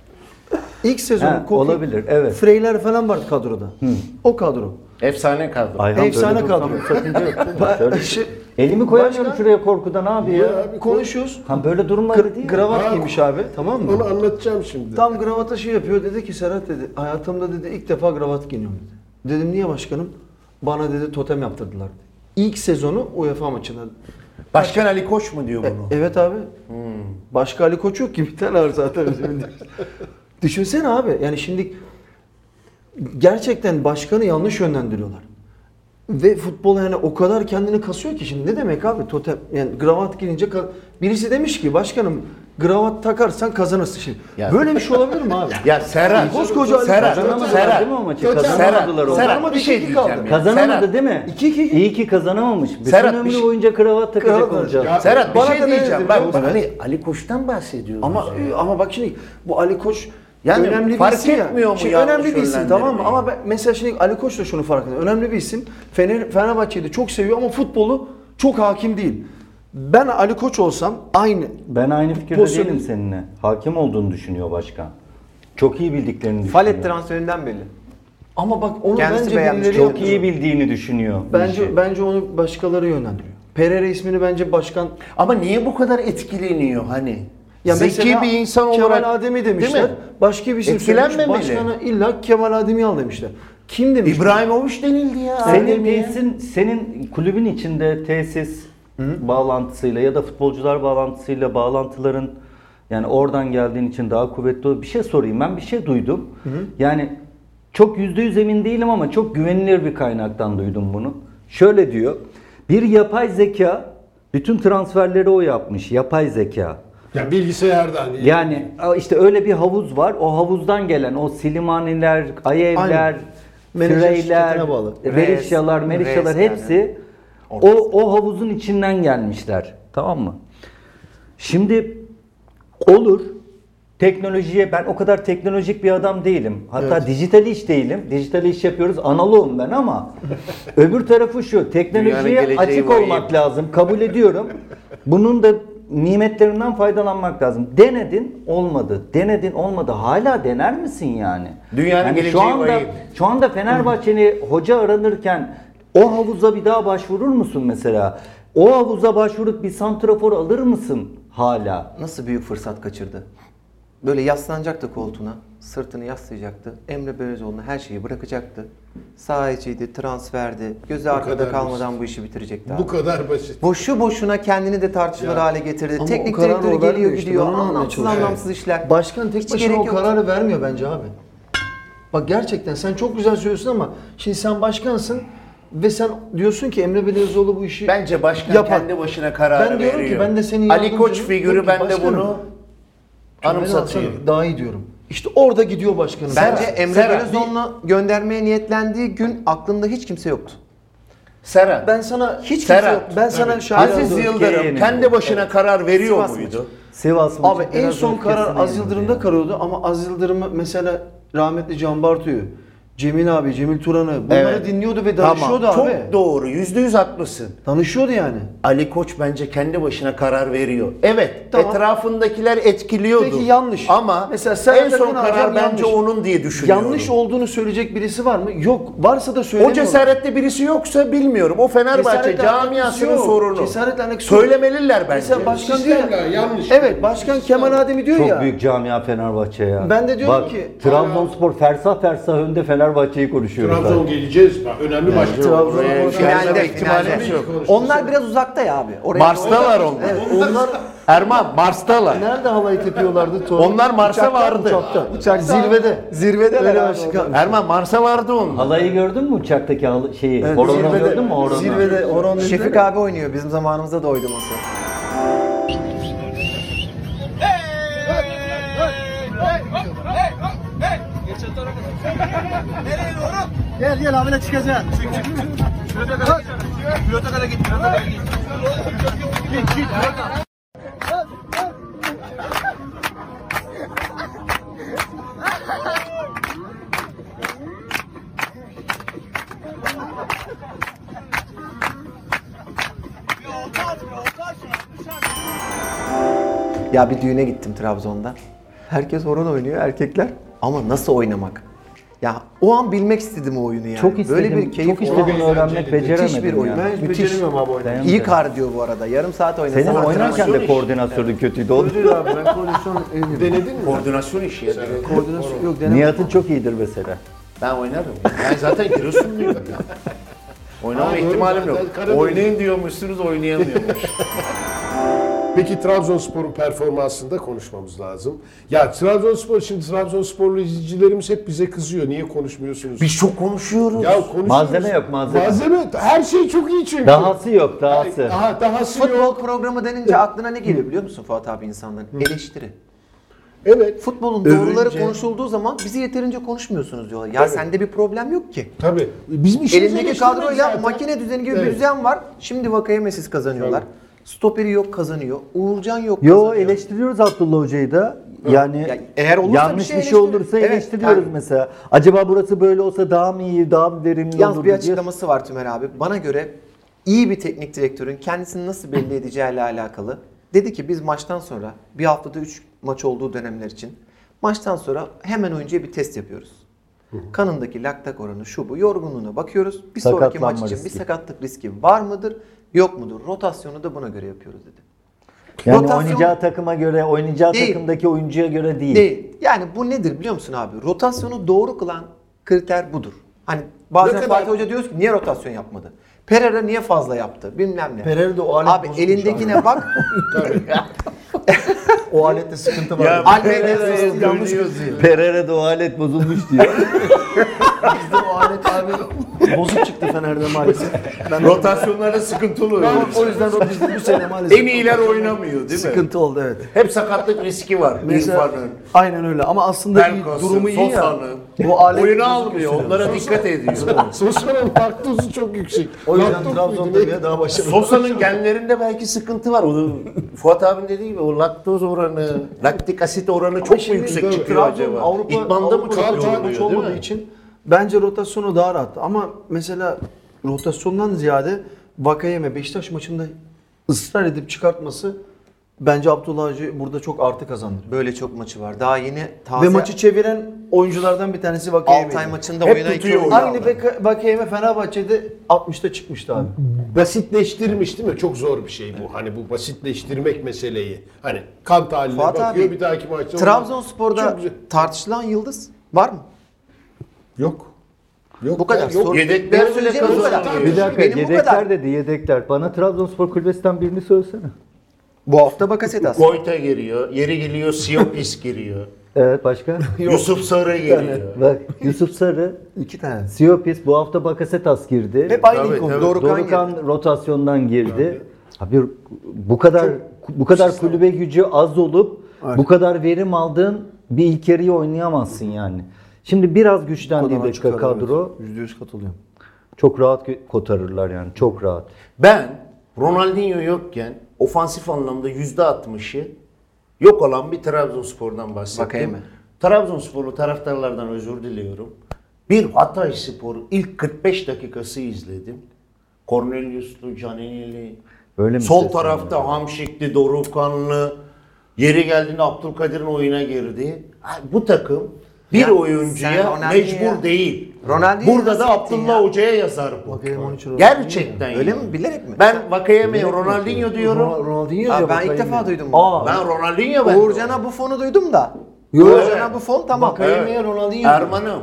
İlk sezon Ha, olabilir, evet. Freyler falan vardı kadroda. O kadro. Efsane kadro. Ayhan Efsane böyle dursam kadro. sakınca yok değil mi? Şöyle- İşte Elimi koyamıyorum Başka? şuraya korkudan abi ya. konuşuyoruz. Ha böyle durumlarda değil. Gravat Ha, giymiş abi, tamam mı? onu anlatacağım şimdi. Tam gravata şey yapıyor, dedi ki Serhat dedi, hayatımda dedi ilk defa gravat giyiniyorum dedi. Dedim niye başkanım? Bana dedi totem yaptırdılar dedi. İlk sezonu UEFA maçında. Başkan Ali Koç mu diyor bunu? Evet abi. Başka Ali Koç yok ki, bir tane var zaten. Düşünsene abi, yani şimdi gerçekten başkanı yanlış yönlendiriyorlar. Ve futbol yani o kadar kendini kasıyor ki şimdi ne demek abi totem, yani gravat giyince birisi demiş ki başkanım gravat takarsan kazanırsın şimdi. Ya- Böyle bir şey olabilir mi abi? Ya Serhat, Koskoca Ali Serhat, Koç Kazanamadılar değil mi o maçı? Kazanamadılar onu. Serhat bir şey 2-2 diyeceğim kaldı. ya. Kazanamadı Serhat, değil mi? 2-2. İyi ki kazanamamış. Bütün Serhat, bir ömrü şey- boyunca kravat takacak Kravat olacak. Ya- Serhat bir Bana şey da ne diyeceğim. dedi Bak biliyor musun? hani Ali Koç'tan bahsediyoruz. Ama bak şimdi bu Ali Koç Yani önemli bir fark isim ya. etmiyor mu Şimdi yanlış önemli bir isim yönlendirmeyi? tamam mı? Ama mesela şimdi Ali Koç da şunu fark ediyor. Önemli bir isim. Fenerbahçe'yi de çok seviyor ama futbolu çok hakim değil. Ben Ali Koç olsam aynı. Ben aynı fikirde Pozisyon- değilim seninle. Hakim olduğunu düşünüyor başkan. Çok iyi bildiklerini düşünüyor. Falet transferinden belli. Ama bak onu Kendisi bence beğenmiş. birileri Çok iyi bildiğini düşünüyor. bu işi. Bence onu başkaları yönlendiriyor. Pereira ismini bence başkan Ama niye bu kadar etkileniyor hani? ya Zeki mesela bir insan Kemal olarak Ademi değil demişler. mi? Başka bir isim söylemiş. Etkilenmemeli. Başkana illa Kemal Adem'i al demişler. Kim demiş? İbrahimovic denildi ya. Senin kulübün içinde tesis bağlantısıyla ya da futbolcular bağlantısıyla bağlantıların yani oradan geldiğin için daha kuvvetli bir şey sorayım. Ben bir şey duydum. Yani çok %100 emin değilim ama çok güvenilir bir kaynaktan duydum bunu. Şöyle diyor. Bir yapay zeka bütün transferleri o yapmış. Yapay zeka. Ya bilgisayardan. Yani işte öyle bir havuz var. O havuzdan gelen o Silimaniler, Ayevler, Aynen. Menajer Freyler, şirketine bağlı. Verişyalar, Merişyalar Res yani. hepsi o havuzun içinden gelmişler. Tamam mı? Şimdi olur. Teknolojiye ben o kadar teknolojik bir adam değilim. Hatta dijital iş değilim. Dijital iş yapıyoruz. Analoğum ben ama öbür tarafı şu. Dünyanın Teknolojiye geleceği açık var, olmak iyi. lazım. Kabul ediyorum. Bunun da nimetlerinden faydalanmak lazım. Denedin olmadı. Denedin olmadı. Hala dener misin yani? Dünyanın geleceği vahim. Şu anda Fenerbahçe'ni hoca aranırken o havuza bir daha başvurur musun mesela? O havuza başvurup bir santrafor alır mısın hala? Nasıl büyük fırsat kaçırdı. Böyle yaslanacaktı koltuğuna. Sırtını yaslayacaktı. Emre Belözoğlu'na her şeyi bırakacaktı. Saha içiydi, transferdi. Gözü arkada kadar kalmadan bu işi bitirecekti abi. Bu kadar basit. Boşu boşuna kendini de tartışılır hale getirdi. Ama Teknik o kararı direktörü o geliyor vermiyor işte, gidiyor. ben onu anlamaya Anlamsız çalışıyorum. anlamsız işler. Başkan tek Hiç başına gerek o yok. kararı vermiyor bence abi. Bak gerçekten sen çok güzel söylüyorsun ama şimdi sen başkansın. ve sen diyorsun ki Emre Belözoğlu bu işi Bence başkan yapar. kendi başına karar Ben diyorum ki veriyor. ben de senin Ali yardımcın- Koç figürü Diyorum ki ben de başkanım, bunu cümleni anımsatıyor. alsana, daha iyi diyorum. İşte orada gidiyor başkanım. Bence Serhat, Emre Serhat, Belözoğlu'nu göndermeye niyetlendiği gün aklında hiç kimse yoktu. Serhat, Ben sana Hiç kimse Serhat, yok. ben sana şahit Aziz oldum. Yıldırım Türkiye'nin- kendi başına karar veriyor Sivas muydu? Sivas maçı Abi en biraz son öfkesine karar Az yenildi Yıldırım'da ya. kalıyordu ama Az Yıldırım'ı mesela rahmetli Can Bartu'yu, Cemil abi, Cemil Turan'ı bunları Evet. dinliyordu ve danışıyordu Tamam, abi. çok doğru. %100 haklısın. Danışıyordu yani. Ali Koç bence kendi başına karar veriyor. Evet, Tamam. etrafındakiler etkiliyordu. Peki yanlış. Ama Mesela Serhat en son Akın karar alacağım, bence yanlış. onun diye düşünüyorum. Yanlış olduğunu söyleyecek birisi var mı? Yok. Varsa da O söylemiyorlar. cesarette birisi yoksa bilmiyorum. O Fenerbahçe Cesaretle camiasının alakası yok. sorunu. Cesaretle alakası yok. Söylemeliler bence. Mesela başkan diyor Sistemle ya. yanlış. Evet, başkan Kemal Ademi diyor Çok ya. büyük camia Fenerbahçe ya. Ben de diyorum Bak, ki- Trabzonspor fersah fersah önde Fenerbahçe'yi konuşuyoruz. Trabzon zaten. geleceğiz. Bak, önemli maç. Trabzon'a Oraya boş- gelmeme Finalde, ihtimalimiz finalde. yok. Onlar biraz uzakta ya abi. Oraya Mars'talar onlar. Evet, onlar Erman, Mars'talar. nerede halayı tepiyorlardı? Onlar Mars'a Uçakta, vardı. Uçakta. Zirvede. Zirvedeler Öyle abi başkan. Erman, Mars'a vardı onlar. Halayı gördün mü uçaktaki şeyi? Evet, Horonunu zirvede- gördün mü horonunu? Zirvede horon Şefik abi oynuyor. Bizim zamanımızda da oydu masa. Gel gel abine çıkacaksın. Pilota kadar git. Pilota kadar git. Pilota kadar git. Git git. Ya bir düğüne gittim Trabzon'da. Herkes horon oynuyor erkekler. Ama nasıl oynamak? Ya o an bilmek istedim o oyunu yani. Çok istedim, Böyle bir keyif çok istedim öğrenmek, beceremedim bir oyun. ya. Ben hiç Müthiş. beceremiyorum abi oynamayı. Dayanamadım. İyi kardiyo bu arada. Yarım saat oynasam. Senin antrenman- oynarken de koordinasyonun kötüydü. O Öyle abi ben koordinasyon Denedin mi? Koordinasyon işi ya. koordinasyon yok denemedim. Nihat'ın çok iyidir mesela. Ben oynarım. Ben zaten Giresunluyum ya. Oynama Ha, doğru, ihtimalim ben yok. Karadeniz. Oynayın diyormuşsunuz, oynayamıyormuş. Peki Trabzonspor'un performansını da konuşmamız lazım. Ya Trabzonspor, şimdi Trabzonsporlu izleyicilerimiz hep bize kızıyor. Niye konuşmuyorsunuz? Biz çok konuşuyoruz. Ya konuşuyoruz. Malzeme yok, malzeme. Malzeme, her şey çok iyi çünkü. Dahası yok, dahası. Dahası Futbol yok. programı denince aklına ne geliyor biliyor musun Fuat abi insanların? Eleştiri. Evet. Futbolun doğruları Övünce. konuşulduğu zaman bizi yeterince konuşmuyorsunuz diyorlar. Ya sende bir problem yok ki. Tabii. Bizim işimiz Elindeki eleştirmek kadroyla zaten. makine düzeni gibi Evet. bir düzen var. Şimdi Vakayemesiz kazanıyorlar. Stoperi yok kazanıyor. Uğurcan yok Yo kazanıyor. eleştiriyoruz Abdullah Hoca'yı da. Yani Ya eğer olursa yanlış bir şey bir şey olursa eleştiriyoruz. Evet, eleştiriyoruz yani- mesela. Acaba burası böyle olsa daha mı iyi, daha mı verimli Yalnız olur bir diye. açıklaması var Tümer abi. Bana göre iyi bir teknik direktörün kendisini nasıl belli edeceğiyle alakalı. Dedi ki biz maçtan sonra bir haftada 3 maç olduğu dönemler için maçtan sonra hemen oyuncuya bir test yapıyoruz. Kanındaki laktak oranı şu bu yorgunluğuna bakıyoruz. Bir sonraki Sakatlanma maç için riski. bir sakatlık riski var mıdır yok mudur? Rotasyonu da buna göre yapıyoruz dedi. Yani Rotasyon- oynayacağı takıma göre, oynayacağı Değil. takımdaki oyuncuya göre değil. Değil. Yani bu nedir biliyor musun abi? Rotasyonu doğru kılan kriter budur. Hani bazen Ne kadar- Fatih Hoca diyor ki niye rotasyon yapmadı? Pereira niye fazla yaptı? Bilmem ne. Pereira de o alet Abi bozukmuş elindekine bak. O alette sıkıntı var. Ya Almeyda Pereira'ya yanlış dönüyoruz. Pereira'da o alet bozulmuş diyor. Bizde o alet abi bozuk çıktı Fener'de maalesef. Ben Rotasyonlarda sıkıntılı oluyor. o yüzden biz bu sene maalesef En iyiler oynamıyor değil mi? sıkıntı oldu evet. Hep sakatlık riski var. Mesela, İrfan'ın, aynen öyle ama aslında iyi, Belkas'ın, durumu iyi ya. Sosa'nın. Bu alet Oyunu bozuk almıyor. yüzünden. Onlara dikkat ediyor. Sosa'nın laktozu çok yüksek. O yüzden Laktoz Trabzon'da muydu ne? bile daha başarılı. Sosa'nın genlerinde belki sıkıntı var. O Fuat abinin dediği gibi o laktoz oranı, laktik asit oranı çok mu Şimdi yüksek çıkıyor Trabzon, acaba? Avrupa, İdmanda mı Avrupa çok çok maç yoruluyor değil olmadığı mi? için bence rotasyonu daha rahat. Ama mesela rotasyondan ziyade Vakayeme Beşiktaş maçında ısrar edip çıkartması bence Abdullah Avcı burada çok artı kazandırıyor. Böyle çok maçı var. Daha yeni taze Ve maçı çeviren oyunculardan bir tanesi Vakayeme. Altay maçında Hep oyuna iki tutuyor oyuncu oyunu. aldı. Aynı Vakayeme Fenerbahçe'de 60'ta çıkmıştı abi. Basitleştirmiş değil mi? Çok zor bir şey bu. Hani bu basitleştirmek meseleyi. Hani kan tahaline Fuat bakıyor abi, bir dahaki maçta. Trabzonspor'da Çok güzel. tartışılan yıldız var mı? Yok. Yok. Bu kadar. ya, yok. Yedekler Benim bile söyleyeceğim bu kadar. kazanamıyor. Bir dakika, Benim bu yedekler kadar. dedi, yedekler. Bana Trabzonspor kulübesinden birini söylesene. Bu hafta Bakasetas. Goyta giriyor, yeri geliyor Siopis giriyor. Evet başka? Yusuf Sarı geliyor. Bak Yusuf Sarı, 2 tane. Siopis bu hafta Bakasetas girdi. Hep aynı Tabii, konu. tabii. Dorukhan rotasyondan girdi. Abi bu kadar kulübe gücü az olup bu kadar verim aldığın bir ilk yarıyı oynayamazsın yani. Şimdi biraz güçlendi dakika kadro. %100 katılıyorum. Çok rahat kotarırlar yani çok rahat. Ben Ronaldinho yokken ofansif anlamda %60'ı yok olan bir Trabzonspor'dan bahsettim. Vakayeme. Trabzonsporlu taraftarlardan özür diliyorum. Bir Hatayspor ilk 45 dakikası izledim. Cornelius'lu, Canini'li, Öyle mi sol istersen tarafta Hamşik'li, Dorukhanlı, yeri geldiğinde Abdülkadir'in oyuna girdi. Bu takım bir Ya, oyuncuya sen Ronaldinho'ya- mecbur değil. Ronaldinho'yu Burada nasıl da ettin Abdullah ya? Hoca'ya yazar bu. Vakayeme 13 Ronaldinho. Gerçekten Öyle ya. mi? Bilerek mi? Ben Vakayeme'ye Ronaldinho diyorum. Ronaldinho Aa, diyor ben ilk Vakayeme. defa duydum bunu. Ben Ronaldinho ben. Uğurcan'a bu fonu duydum da. Yok. Uğurcan'a bu fon tamam. Vakayeme'ye Ronaldinho. Erman'ım.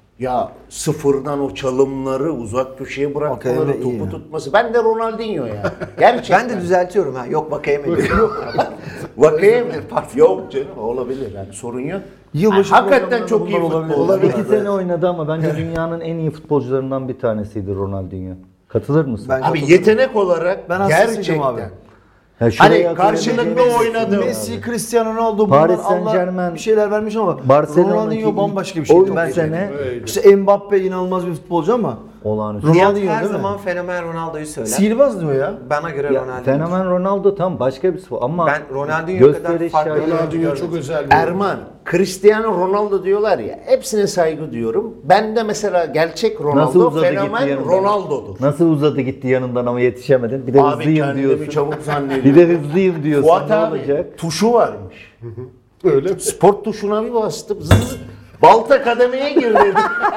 Ya sıfırdan o çalımları uzak köşeye bırakmaları, Vakayeme iyi topu ya. tutması. Ben de Ronaldinho ya. Gerçekten. Ben de düzeltiyorum ha. Yok Vakayeme diyorum. Vakayeme. Yok canım olabilir yani sorun yok. Yılbaşı Hakikaten çok iyi programlarında bunlar futbolcu. olabilir. 2 sene oynadı ama bence dünyanın en iyi futbolcularından bir tanesiydi Ronaldinho. Katılır mısın? Ben Abi katılıyorum. yetenek olarak Ben hastasıydım gerçekten. abi. Ya şurayı Hani hatırlayın. karşılıklı oynadım. Messi, Cristiano Ronaldo bunlar Paris Allah Saint-Germain, bir şeyler vermiş ama Barcelona'daki Ronaldinho bambaşka bir o şeydi. üç Ben sene işte Mbappe inanılmaz bir futbolcu ama olağanüstü. Nihat Ronaldinho her değil mi? zaman fenomen Ronaldo'yu söyler. Sihirbaz diyor ya. Bana göre Ya, Ronaldo. fenomen Ronaldo tam başka bir spor ama Ben Ronaldinho'ya kadar gösteriş farklı şarkı- Ronaldinho çok özel bir Erman, Cristiano Ronaldo diyorlar ya. Hepsine saygı diyorum. Ben de mesela gerçek Nasıl Ronaldo uzadı gitti fenomen yanından? Ronaldo'dur. Nasıl uzadı gitti yanından ama yetişemedin. Bir de Abi hızlıyım kendimi diyorsun. çabuk zannediyorum. Bir de hızlıyım diyorsun. Fuat ne abi olacak? tuşu varmış. Öyle mi? Sport tuşuna bir bastım. Zız, balta kademeye gir dedi.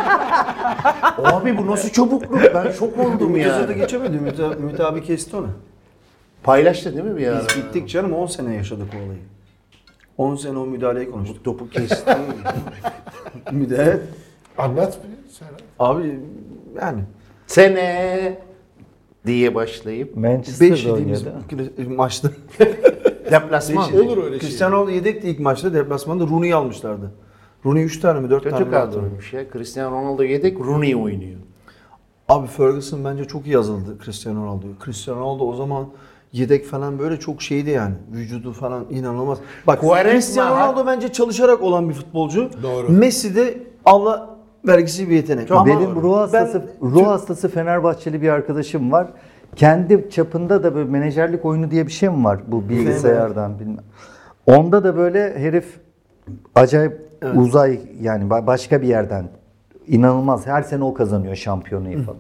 Abi bu nasıl çabukluk? Ben şok oldum Ümit ya. Özat'ı geçemedi. Ümit abi kesti onu. Paylaştı değil mi bir ara? Biz bittik canım 10 sene yaşadık o olayı. 10 sene o müdahaleyi konuştuk. Topu kesti. Müdahale. Anlat bir Serhat. Abi yani Sene diye başlayıp 5 Manchester'da yediğimiz oynadı. maçta. deplasman. Olur öyle şey. Cristiano Ronaldo yedekti ilk maçta deplasmanda Rooney'i almışlardı. Rooney 3 tane mi 4 tane Kötü mi aldı? kadroymuş ya. Cristiano Ronaldo yedek, Rooney oynuyor. Abi Ferguson bence çok iyi yazıldı Cristiano Ronaldo'yu. Cristiano Ronaldo o zaman yedek falan böyle çok şeydi yani. Vücudu falan inanılmaz. Bak Quaresma- Cristiano Ronaldo bence çalışarak olan bir futbolcu. Doğru. Messi de Allah vergisi bir yetenek. Ama Benim ruh hastası Fenerbahçeli bir arkadaşım var. Kendi çapında da böyle menajerlik oyunu diye bir şey mi var bu bilgisayardan bilmem. Onda da böyle herif acayip uzay yani başka bir yerden inanılmaz her sene o kazanıyor şampiyonayı falan.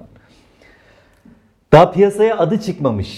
Daha piyasaya adı çıkmamış.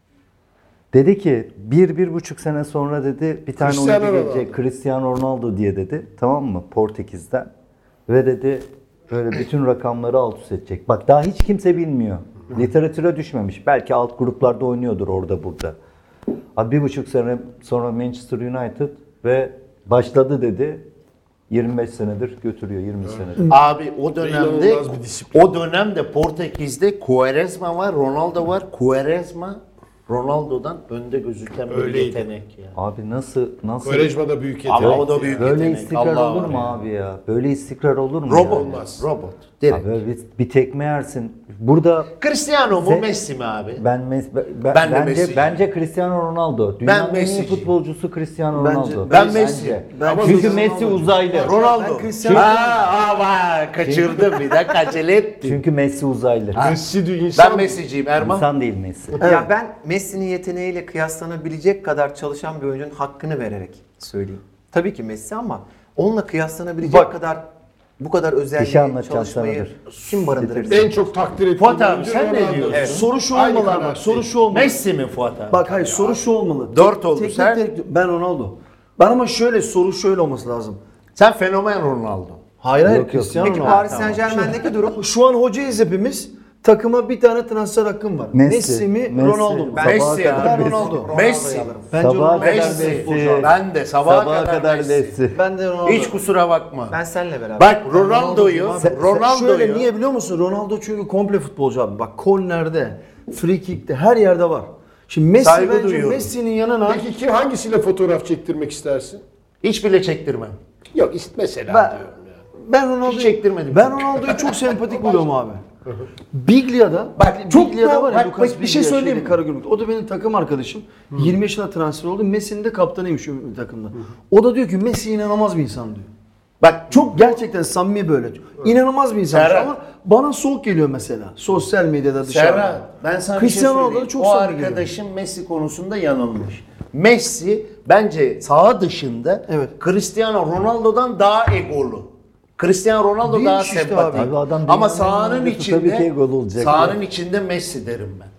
Dedi ki 1-1,5 sene sonra dedi bir tane Cristiano oyuncu Ronaldo. gelecek Cristiano Ronaldo diye dedi. Tamam mı? Portekiz'den. Ve dedi böyle bütün rakamları alt üst edecek. Bak daha hiç kimse bilmiyor. Literatüre düşmemiş. Belki alt gruplarda oynuyordur orada burada. Abi 1,5 sene sonra Manchester United ve başladı dedi. 25 senedir götürüyor 20 senedir. Abi o dönemde İnanılmaz bir disiplin. o dönemde Portekiz'de Quaresma var, Ronaldo var. Quaresma Ronaldo'dan önde gözüken bir Öyleydi. yetenek ya. Abi nasıl Quaresma da büyük Ama yetenek. o da büyük böyle yetenek. istikrar Allah olur var mu ya. abi ya? Böyle istikrar olur mu? Robot. yani? Olmaz. Robot. Direkt. Abi böyle bir tekme yersin. Burada Cristiano mu Sen- Messi mi abi? ben Ben de Messi'ciyim. bence Cristiano Ronaldo. Dünyanın en iyi Messi'ciyim. futbolcusu Cristiano Bence- Ronaldo. ben Messi. Ben Çünkü Cristiano Messi Ronaldo. uzaylı. Ronaldo. Ben Cristiano- Vay kaçırdım bir dakika acele ettim. Çünkü Messi uzaylı. Messi diyor insan. Ben Messi'ciyim Erman. İnsan değil Messi. Ya ben Messi'nin yeteneğiyle kıyaslanabilecek kadar çalışan bir oyuncunun hakkını vererek söyleyeyim. Tabii ki Messi ama onunla kıyaslanabilecek Bak, kadar bu kadar Bir şey özelliği anlatacağım çalışmayı sanadır. kim barındırabilir? En çok takdir ettiğim Fuat abi oyuncu sen ne Ronaldo. diyorsun? Evet. Soru şu Aynı olmalı bak. kanaat Soru değil. şu olmalı. Messi mi Fuat abi? Bak hayır soru şu olmalı. 4 oldu, Teknik sen? direktör- ben Ronaldo. Ben ama şöyle soru şöyle olması lazım. Sen fenomen Ronaldo. Hayır hayır Yok, yok. Cristiano Peki Ronaldo. Paris Saint Germain'deki durum? Şu an hocayız hepimiz. Takıma bir tane transfer hakkım var. Messi, mi Messi. Ronaldo mu? Sabaha Messi ya. kadar Ben Ronaldo. Messi. Bence Sabaha Ronaldo. kadar Messi. Messi. Ben de sabaha kadar Messi. Messi. Ben de Ronaldo. Hiç kusura bakma. Ben seninle beraber. Bak Ronaldo'yu, Şöyle niye biliyor musun? Ronaldo çünkü komple futbolcu abi. Bak kornerde, free kick'te her yerde var. Şimdi Messi Saygı bence duyuyorum. Messi'nin yanına Peki hangisiyle fotoğraf çektirmek istersin? Hiç bile çektirmem. Yok işte mesela Ben, diyorum ya. ben Ronaldo'yu Hiç çektirmedim. Ben Ronaldo'yu çok sempatik buluyorum abi. Biglia'da Bak, çok Biglia'da da- var ya bak, Lucas bir şey Biglia, söyleyeyim mi? Karagümrük. O da benim takım arkadaşım. 20 yaşına transfer oldu. Messi'nin de kaptanıymış o takımda. O da diyor ki Messi inanılmaz bir insan diyor. Bak çok Gerçekten samimi böyle diyor. İnanılmaz bir insan Serhat. ama bana soğuk geliyor mesela. Sosyal medyada dışarıda. Serhat, ben sana bir şey Cristiano söyleyeyim. Ronaldo'da çok o samimi geliyor. arkadaşım Messi konusunda yanılmış. Messi bence saha dışında Evet. Cristiano Ronaldo'dan daha egolu. Cristiano Ronaldo Değilmiş daha işte sempatik. abi. Abi adam Ama dünyanın sahanın en iyisi, içinde tabii ki egolu olacak sahanın içinde Messi derim ben.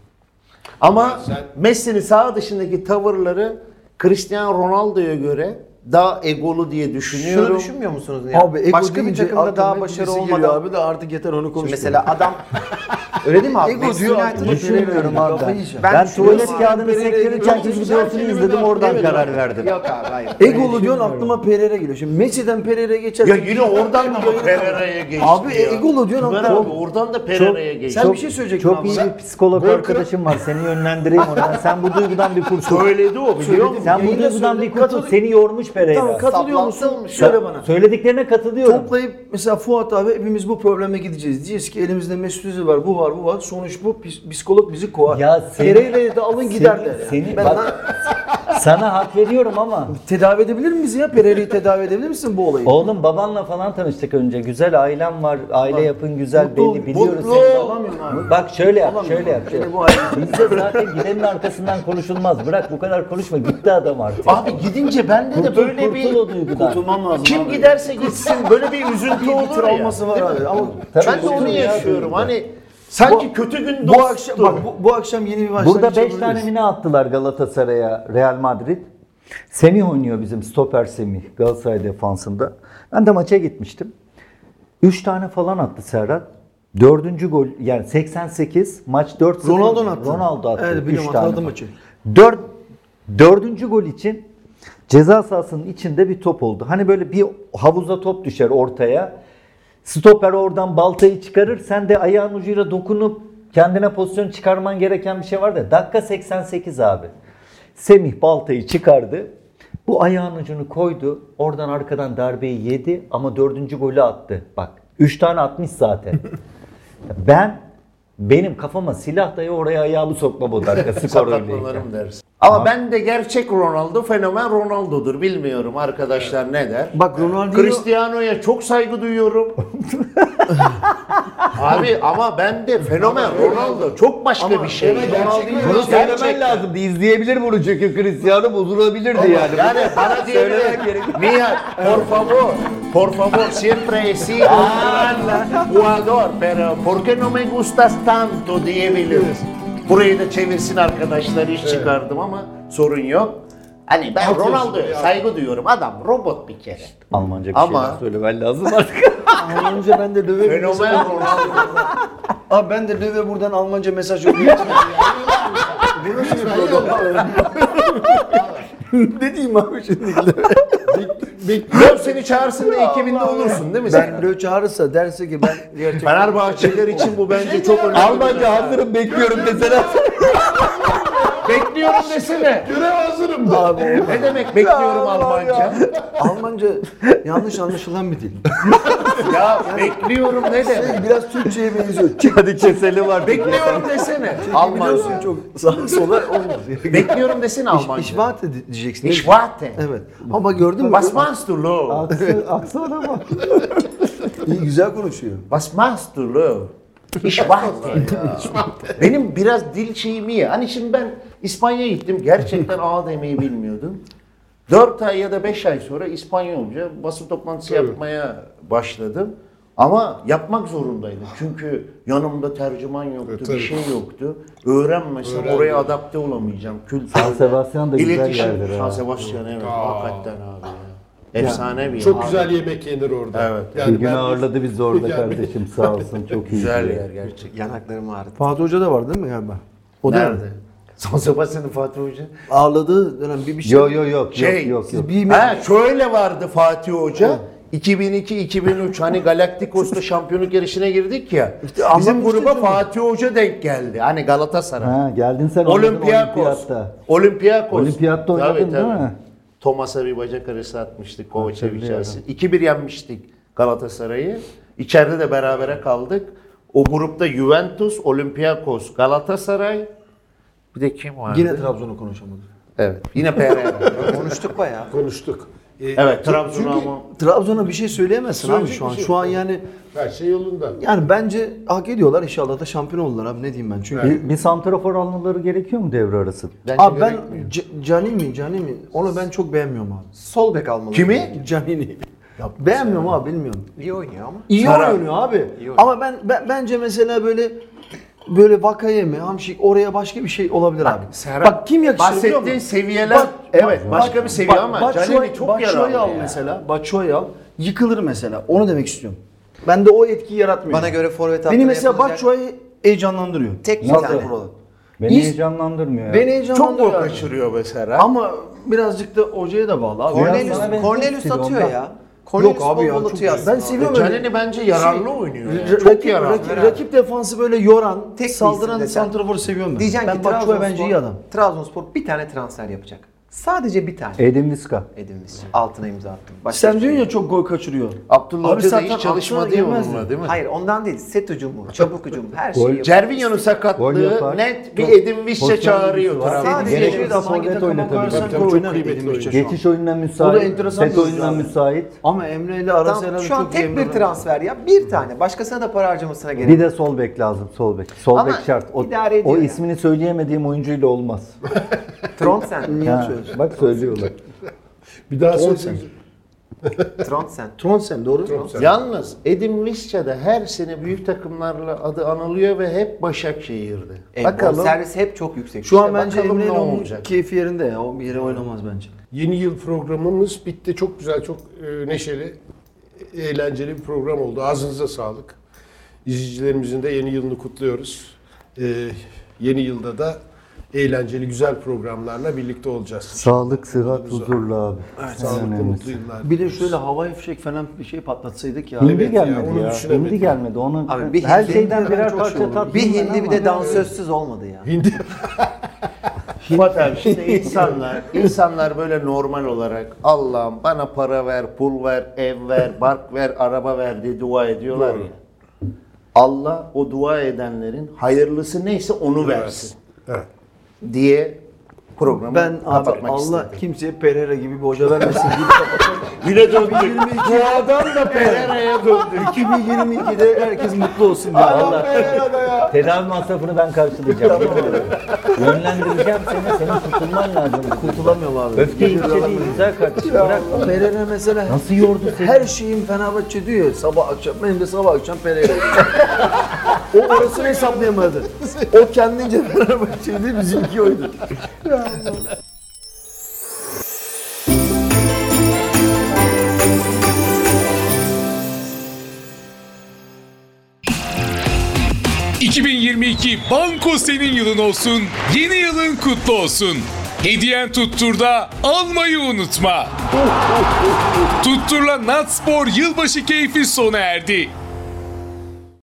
Ama Messi'nin saha dışındaki tavırları Cristiano Ronaldo'ya göre daha egolu diye düşünüyorum. Şunu düşünmüyor musunuz ya? Abi ego Başka bir deyince takımda aklıma daha birisi başarılı geliyor olmadan abi de artık yeter onu konuş. mesela adam öyle değil mi abi? Ego Manchester diyor United'ın- aklıma Düşünmüyorum abi Kafayı ben. yiyeceğim. Ben Ben düşünüyorum tuvalet abi. kağıdını Pereira'yı sektirirken çok çocuk güzel videosunu kelime izledim, oradan demedim. karar verdim. Yok abi hayır. Egolu diyorsun aklıma Pereira geliyor. Şimdi Messi'den Pereira'ya geçer. Ya yine oradan da mı Pereira'ya geçti Abi ya? egolu diyorsun Ömer aklıma. abi oradan da Pereira'ya geçti. Sen bir şey söyleyecektin Çok abi. iyi Sen- bir psikolog arkadaşım var. Seni yönlendireyim oradan. Sen bu duygudan bir kurtul. Söyledi o biliyor musun? Sen bu Yayında duygudan bir söyledim, kurtul. katıl- Seni yormuş Pereira. Tamam katılıyor musun? Saplantılı Söyle bana. Söylediklerine katılıyorum. Toplayıp mesela Fuat abi hepimiz bu probleme gideceğiz. Diyeceğiz ki elimizde Mesut Özil var, bu var, bu var. Sonuç bu. Psikolog bizi kovar. Ya seni- Pereira'yı da alın gider der. Yani. Seni, Ben bak, sana hak veriyorum ama. tedavi edebilir miyiz ya? Pereira'yı tedavi edebilir misin bu olayı? Oğlum babanla falan tanıştık önce. Güzel ailem var. Aile yapın güzel Mutlu- belli biliyoruz. mutlu- seni. Alamıyorum abi. Bak şöyle yap, Alamıyorum şöyle abi. yap. Şöyle. Beni bu hale- Bizde zaten gidenin arkasından konuşulmaz. Bırak bu kadar konuşma. Gitti adam artık. Abi gidince bende de Kurtul, böyle bir kurtul o duygudan. Kurtulmam lazım kim abi. giderse gitsin böyle bir üzüntü Bir olur ya. travması var abi. Ama Tabii Ben de kurtul onu ya yaşıyorum. duygudan. Hani sanki kötü gün bu dostu. akşam bak bu akşam yeni bir başlangıç Burada 5 yapabiliriz. tane mi ne attılar Galatasaray'a, Real Madrid. Semih oynuyor bizim stoper Semih Galatasaray defansında. Ben de maça gitmiştim. 3 tane falan attı Serhat. 4. gol yani 88 maç 4-0. Ronaldo attı. Ronaldo attı. Evet, Üç biliyorum, tane. hatırladım maçı. 4. gol için ceza sahasının içinde bir top oldu. Hani böyle bir havuza top düşer ortaya. Stoper oradan baltayı çıkarır. Sen de ayağın ucuyla dokunup kendine pozisyon çıkarman gereken bir şey var da. Dakika 88 abi. Semih baltayı çıkardı. Bu ayağın ucunu koydu. Oradan arkadan darbeyi yedi ama 4. golü attı. Bak 3 tane atmış zaten. Benim kafama silah dayı oraya ayağımı sokmam o dakika skor öyleyken. Sakatlanırım dersin. Ama ben de gerçek Ronaldo fenomen Ronaldo'dur. Bilmiyorum arkadaşlar ne der. Bak Ronaldinho Cristiano'ya çok saygı duyuyorum. Abi ama ben de fenomen Ronaldo çok başka bir şey. Bunu söylemen lazımdı. İzleyebilir bunu çünkü Cristiano bozulabilirdi yani. Yani bana diyebilir. Mia, por favor, siempre he sido un gran jugador, pero ¿por qué no me gustas tanto diyebiliriz. Burayı da çevirsin arkadaşlar, iş çıkardım ama sorun yok. Hani ben Ronaldo'ya saygı duyuyorum. Adam robot bir kere. Almanca bir Ama- şeyler söylemen lazım artık. Almanca ben de döve Fenomen Ronaldo. Abi ben de döve buradan Almanca mesaj yollayacağım. Bu nasıl bir program? Ne diyeyim abi şimdi? Löw seni çağırsın da ekibinde olursun değil mi sen? Ben Löw çağırırsa derse ki ben gerçekten... Fenerbahçeliler için bu bence çok önemli. Almanca hazırım bekliyorum desene. Bekliyorum desene. Görev hazırım da. Abi, Ne demek bekliyorum Almanca? Almanca yanlış anlaşılan bir dil. Ya bekliyorum ne demek? Biraz Türkçe'ye benziyor. Hadi keselim artık. Bekliyorum desene. Almanca Almanca. çok sağa sola olmaz. Bekliyorum desene Almanca. İşvate diyeceksin. Ich warte. Evet. Ama gördün mü? Was machst du Löw? Aksana bak. İyi güzel konuşuyor. Was machst du Löw? Ich warte. Benim biraz dil şeyim iyi. Hani şimdi ben İspanya'ya gittim. Gerçekten A demeyi bilmiyordum. 4 ay ya da 5 ay sonra İspanyolca basın toplantısı yapmaya başladım. Ama yapmak zorundaydım. Çünkü yanımda tercüman yoktu, bir şey yoktu. Öğrenmesem oraya adapte olamayacağım. Kültürde. San Sebastian da güzel İletişim. yerdir San ha. Sebastian evet. Hakikaten abi ya. Efsane bir Çok yer. güzel yemek yenir orada. Evet. Bir gün ben- ağırladı bizi orada kardeşim sağ olsun çok iyi. Güzel yer gerçekten. Yanaklarım ağrıdı. Fatih Hoca da var değil mi galiba? O da Nerede? San Sebastian'ın Fatih Hoca. ağladığı dönem bir şey. Yok Şey, yok. Siz bir Ha şöyle vardı Fatih Hoca. 2002-2003 hani Galaktikos'ta şampiyonluk yarışına girdik ya. İşte bizim anlatmıştın gruba canım. Fatih Hoca denk geldi. Hani Galatasaray. Ha geldin sen oynadın Olympiakos. olimpiyatta. Olympiakos. Olimpiyatta oynadın Tabii, değil tabii. mi? Thomas'a bir bacak arası atmıştık Kovacevic Hatırlıyorum. arası. 2-1 yenmiştik Galatasaray'ı. İçeride de berabere kaldık. O grupta Juventus, Olympiakos, Galatasaray, bir de kim vardı? Yine Trabzon'u konuşamadık. Evet. Yine Pereira. Konuştuk bayağı. Konuştuk. Evet, Trabzon Çünkü ama Trabzon'a bir şey söyleyemezsin abi Söyleyecek şu an. bir şey Şu an yok. yani her şey yolunda. bence hak ediyorlar. İnşallah da şampiyon olurlar abi, ne diyeyim ben. Çünkü Bir santrafor almaları gerekiyor mu devre arası? bence abi ben gerekmiyor. Canini onu ben çok beğenmiyorum abi. Sol bek almalı. Kimi? Canini. Beğenmiyorum abi, bilmiyorum. İyi oynuyor ama. İyi Sarar. oynuyor abi. İyi oynuyor. Ama bence mesela böyle Vakayeme, Hamşik oraya başka bir şey olabilir abi. Serhat, Bak kim yakışır biliyor bahsettiğin musun? seviyeler evet başka bir seviye ama Canini çok Batshuayi yararlı al ya. mesela. Batshuayi al. Yıkılır mesela. Onu demek istiyorum. Ben de o etkiyi yaratmıyor. Bana göre forvet hattına Beni mesela yapılacak Batshuayi heyecanlandırıyor. tek bir Nasıl tane. yapar o? Beni İyi- heyecanlandırmıyor ya. Beni Çok heyecanlandırıyor. gol abi. kaçırıyor mesela. Ama birazcık da hocaya da bağlı abi. Cornelius, sana benziyor Cornelius stili atıyor ondan. ya. Cornelius Yok abi ya, bol bol çok atıyor güzel. aslında. Ben seviyorum öyle. Canini bence yararlı oynuyor. ya. Çok Rakip, yararlı. rakip defansı böyle yoran, Tek bir saldıran isim desen. santraforu seviyorum ben. Diyeceksin Ben ki Batshuayi bence iyi adam. Trabzonspor bir tane transfer yapacak. Sadece bir tane. Edin Visca. Edilmiş. Altına imza attım. Başka Sen hiçbir şey diyorsun yok. ya çok gol kaçırıyor. Abdullah Abi Hoca da zaten hiç çalışmadı aklına ya gelmezdi. onunla değil mi? Hayır ondan değil. Set hücumu, çabuk hücum, her Gol- şeyi yapıyor. Cervinho'nun Gol sakatlığı yapar. net bir Çok Edin Visca pozisyon çağırıyor bilgisi var. Trabzon'a. Sadece Gerekirse şey de Gerekirse forvet takıma oynatabilir. koyarsan Tabii, çok oynar kıymetli Edin Visca oyuncu. şu an. Geçiş oyununa O da müsait. enteresan Set bir oyununa oyuncu abi. müsait. Ama Emre ile arası Tamam, herhalde şu an çok iyi. tek bir Emre'den. transfer ya. Bir tane. Başkasına da para harcamasına gerek Bir yok. de sol bek lazım. Sol bek. Sol Ama bek şart. idare ediyor O ya. ismini söyleyemediğim oyuncuyla olmaz. Trondsen. Niye Ha, söylüyorsun? bak söylüyorlar. Bir daha Olsun. söylesene. Trondsen. Trondsen doğru. Yalnız Edin Visca da her sene büyük takımlarla adı anılıyor ve hep Başakşehir'de. Bakalım. Servis hep çok yüksek. Şu an İşte bence bakalım Emre ile ne onun olacak. keyfi yerinde ya. O bir yere oynamaz bence. Yeni yıl programımız bitti. Çok güzel, çok neşeli, eğlenceli bir program oldu. Ağzınıza sağlık. İzleyicilerimizin de yeni yılını kutluyoruz. Yeni yılda da eğlenceli, güzel programlarla birlikte olacağız. Sağlık, sıhhat, huzurlu abi. Sağlıklı, önemlisi. mutlu yıllar. Bir de şöyle havai fişek falan bir şey patlatsaydık ya. Hindi Evet ya, gelmedi onu ya. düşünemedim. Hindi gelmedi. Onun Abi bir her hindi- şeyden ben birer çok parça şey olur. tat. Bir yiyin hindi bir ama de yani. dansözsüz olmadı ya. Hindi. Fuat abi işte insanlar böyle normal olarak Allah'ım bana para ver, pul ver, ev ver, bark ver, araba ver diye dua ediyorlar Doğru. ya. Allah o dua edenlerin hayırlısı neyse onu versin Evet. diye programı Ben abi kapatmak Allah istedim. kimseye Pereira gibi bir hoca vermesin gibi kapatalım. Yine döndük. Bu adam da Pereira'ya döndü. 2022'de herkes mutlu olsun diye. Allah. Tedavi masrafını ben karşılayacağım. Yönlendireceğim seni. Senin kurtulman lazım. Kurtulamıyorum abi. Öfke ilçe değil. Güzel kardeşim. Bırak. Pereira mesela Nasıl yordu seni? her şeyin Fenerbahçe diyor ya, sabah akşam. Benim de sabah akşam Pereira. O orasını hesaplayamadı. O kendince Fenerbahçe'ydi, bizimki oydu. ...2022 banko senin yılın olsun, yeni yılın kutlu olsun. Hediyen Tuttur'da almayı unutma. Tuttur'la Natspor yılbaşı keyfi sona erdi.